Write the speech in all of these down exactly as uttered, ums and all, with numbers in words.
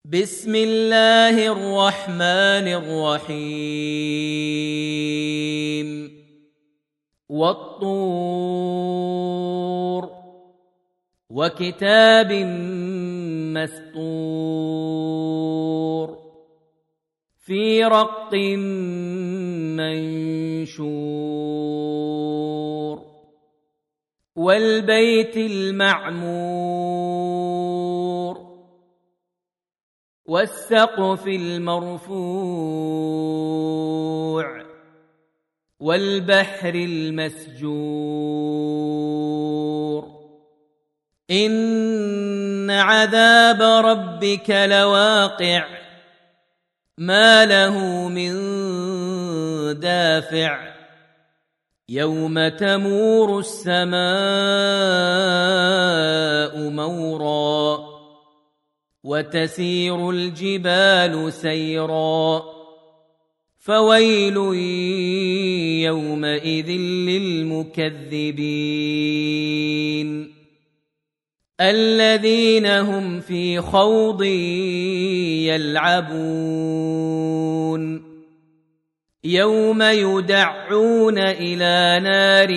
بسم الله الرحمن الرحيم والطور وكتاب مسطور في رق منشور والبيت المعمور والسقف المرفوع والبحر المسجور إن عذاب ربك لواقع ما له من دافع يوم تمور السماء مورا وتسير الجبال سيرا فويل يومئذ للمكذبين الذين هم في خوض يلعبون يوم يدعون إلى نار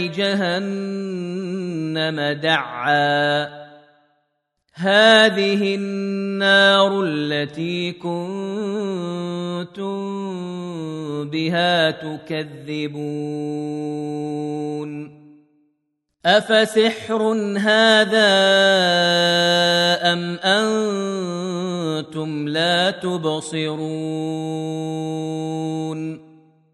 جهنم دعا هذه النار التي كنتم بها تكذبون أفسحر هذا أم أنتم لا تبصرون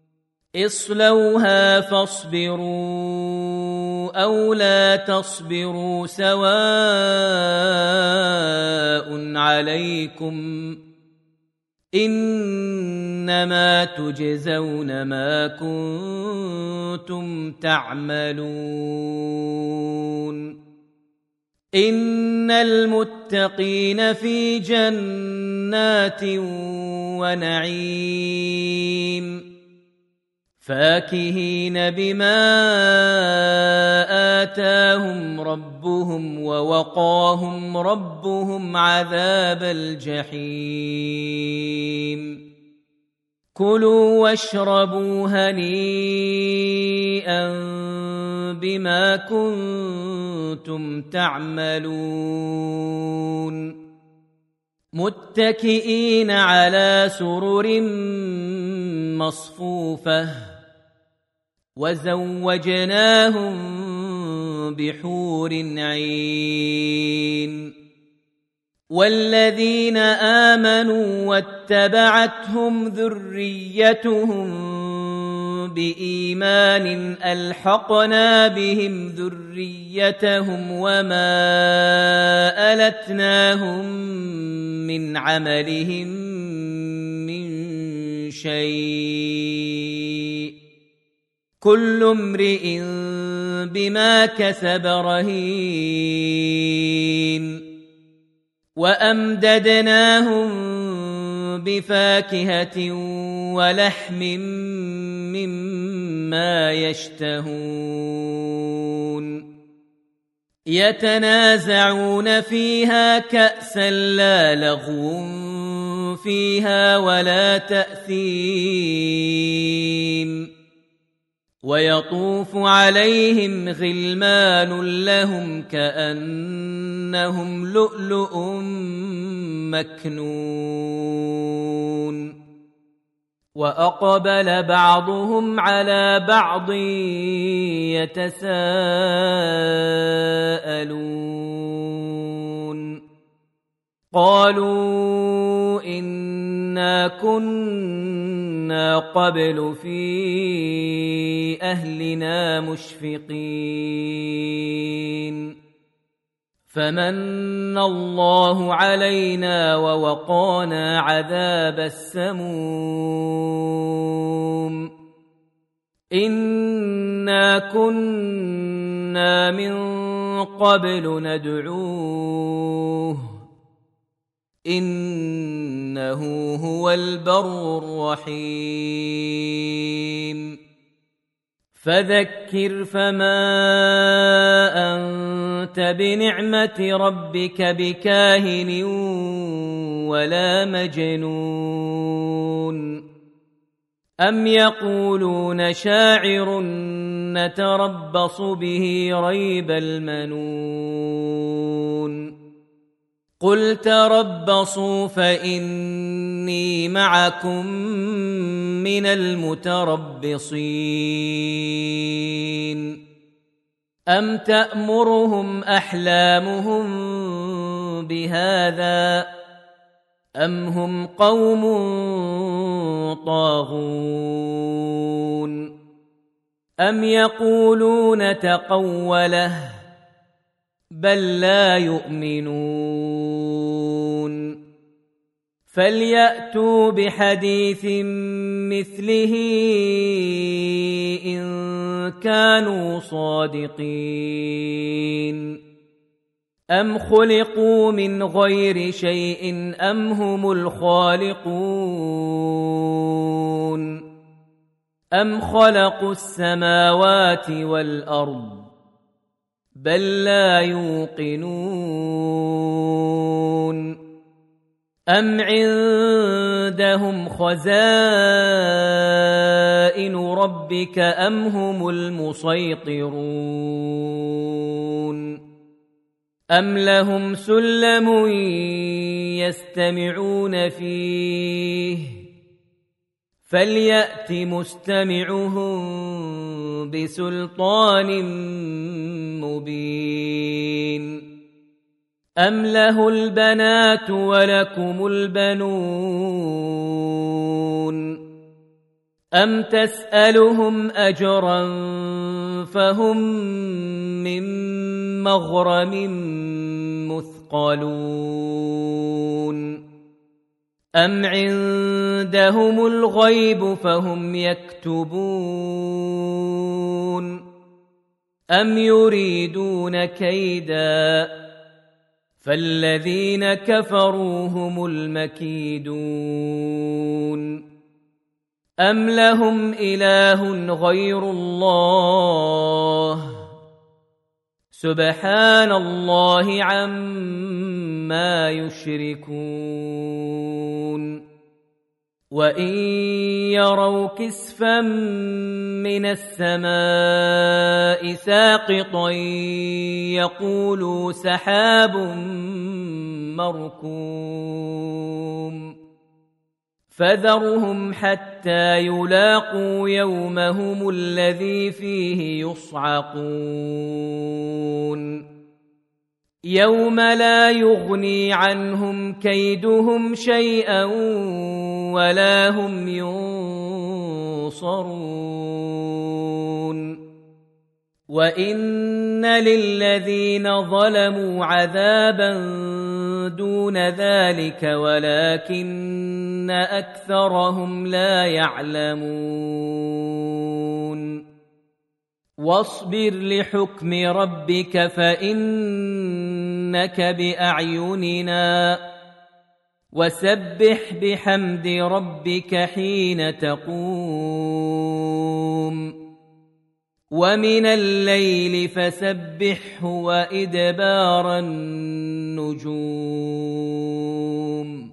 اصلوها فاصبروا أو لا تصبروا سواء عليكم إنما تجزون ما كنتم تعملون إن المتقين في جنات ونعيم فاكهين بما آتاهم ربهم ووقاهم ربهم عذاب الجحيم كلوا واشربوا هنيئا بما كنتم تعملون متكئين على سرر مصفوفة وزوجناهم بحور عين والذين آمنوا واتبعتهم ذريتهم بإيمان ألحقنا بهم ذريتهم وما ألتناهم من عملهم من شيء كل امرئ بما كسب رهين وأمددناهم بفاكهة ولحم مما يشتهون يتنازعون فيها كأسا لا لغو فيها ولا تأثيم ويطوف عليهم غلمان لهم كأنهم لؤلؤ مكنون وأقبل بعضهم على بعض يتساءلون قالوا إنا كنا قبل في أهلنا مشفقين فمن الله علينا ووقانا عذاب السموم إنا كنا من قبل ندعوه إنه هو البر الرحيم فذكر فما أنت بنعمة ربك بكاهن ولا مجنون أم يقولون شاعر نتربص به ريب المنون قل تربصوا فإني معكم من المتربصين أم تأمرهم أحلامهم بهذا أم هم قوم طاغون أم يقولون تقوله بل لا يؤمنون فليأتوا بحديث مثله إن كانوا صادقين أم خلقوا من غير شيء أم هم الخالقون أم خلقوا السماوات والأرض بل لا يوقنون أم عندهم خزائن ربك أم هم المسيطرون أم لهم سلم يستمعون فيه فليأت مستمعهم بسلطان مبين أم له البنات ولكم البنون أم تسألهم أجرا فهم من مغرم مثقلون أم عندهم الغيب فهم يكتبون أم يريدون كيدا فالذين كفروا هم المكيدون أم لهم إله غير الله سبحان الله عما يشركون وإن يروا كسفا من السماء ساقطا يقولوا سحاب مركوم فذرهم حتى يلاقوا يومهم الذي فيه يصعقون يوم لا يغني عنهم كيدهم شيئا ولا هم ينصرون وإن للذين ظلموا عذابا دون ذلك ولكن أكثرهم لا يعلمون واصبر لحكم ربك فإنك بأعيننا وسبح بحمد ربك حين تقوم ومن الليل فسبحه وإدبار النجوم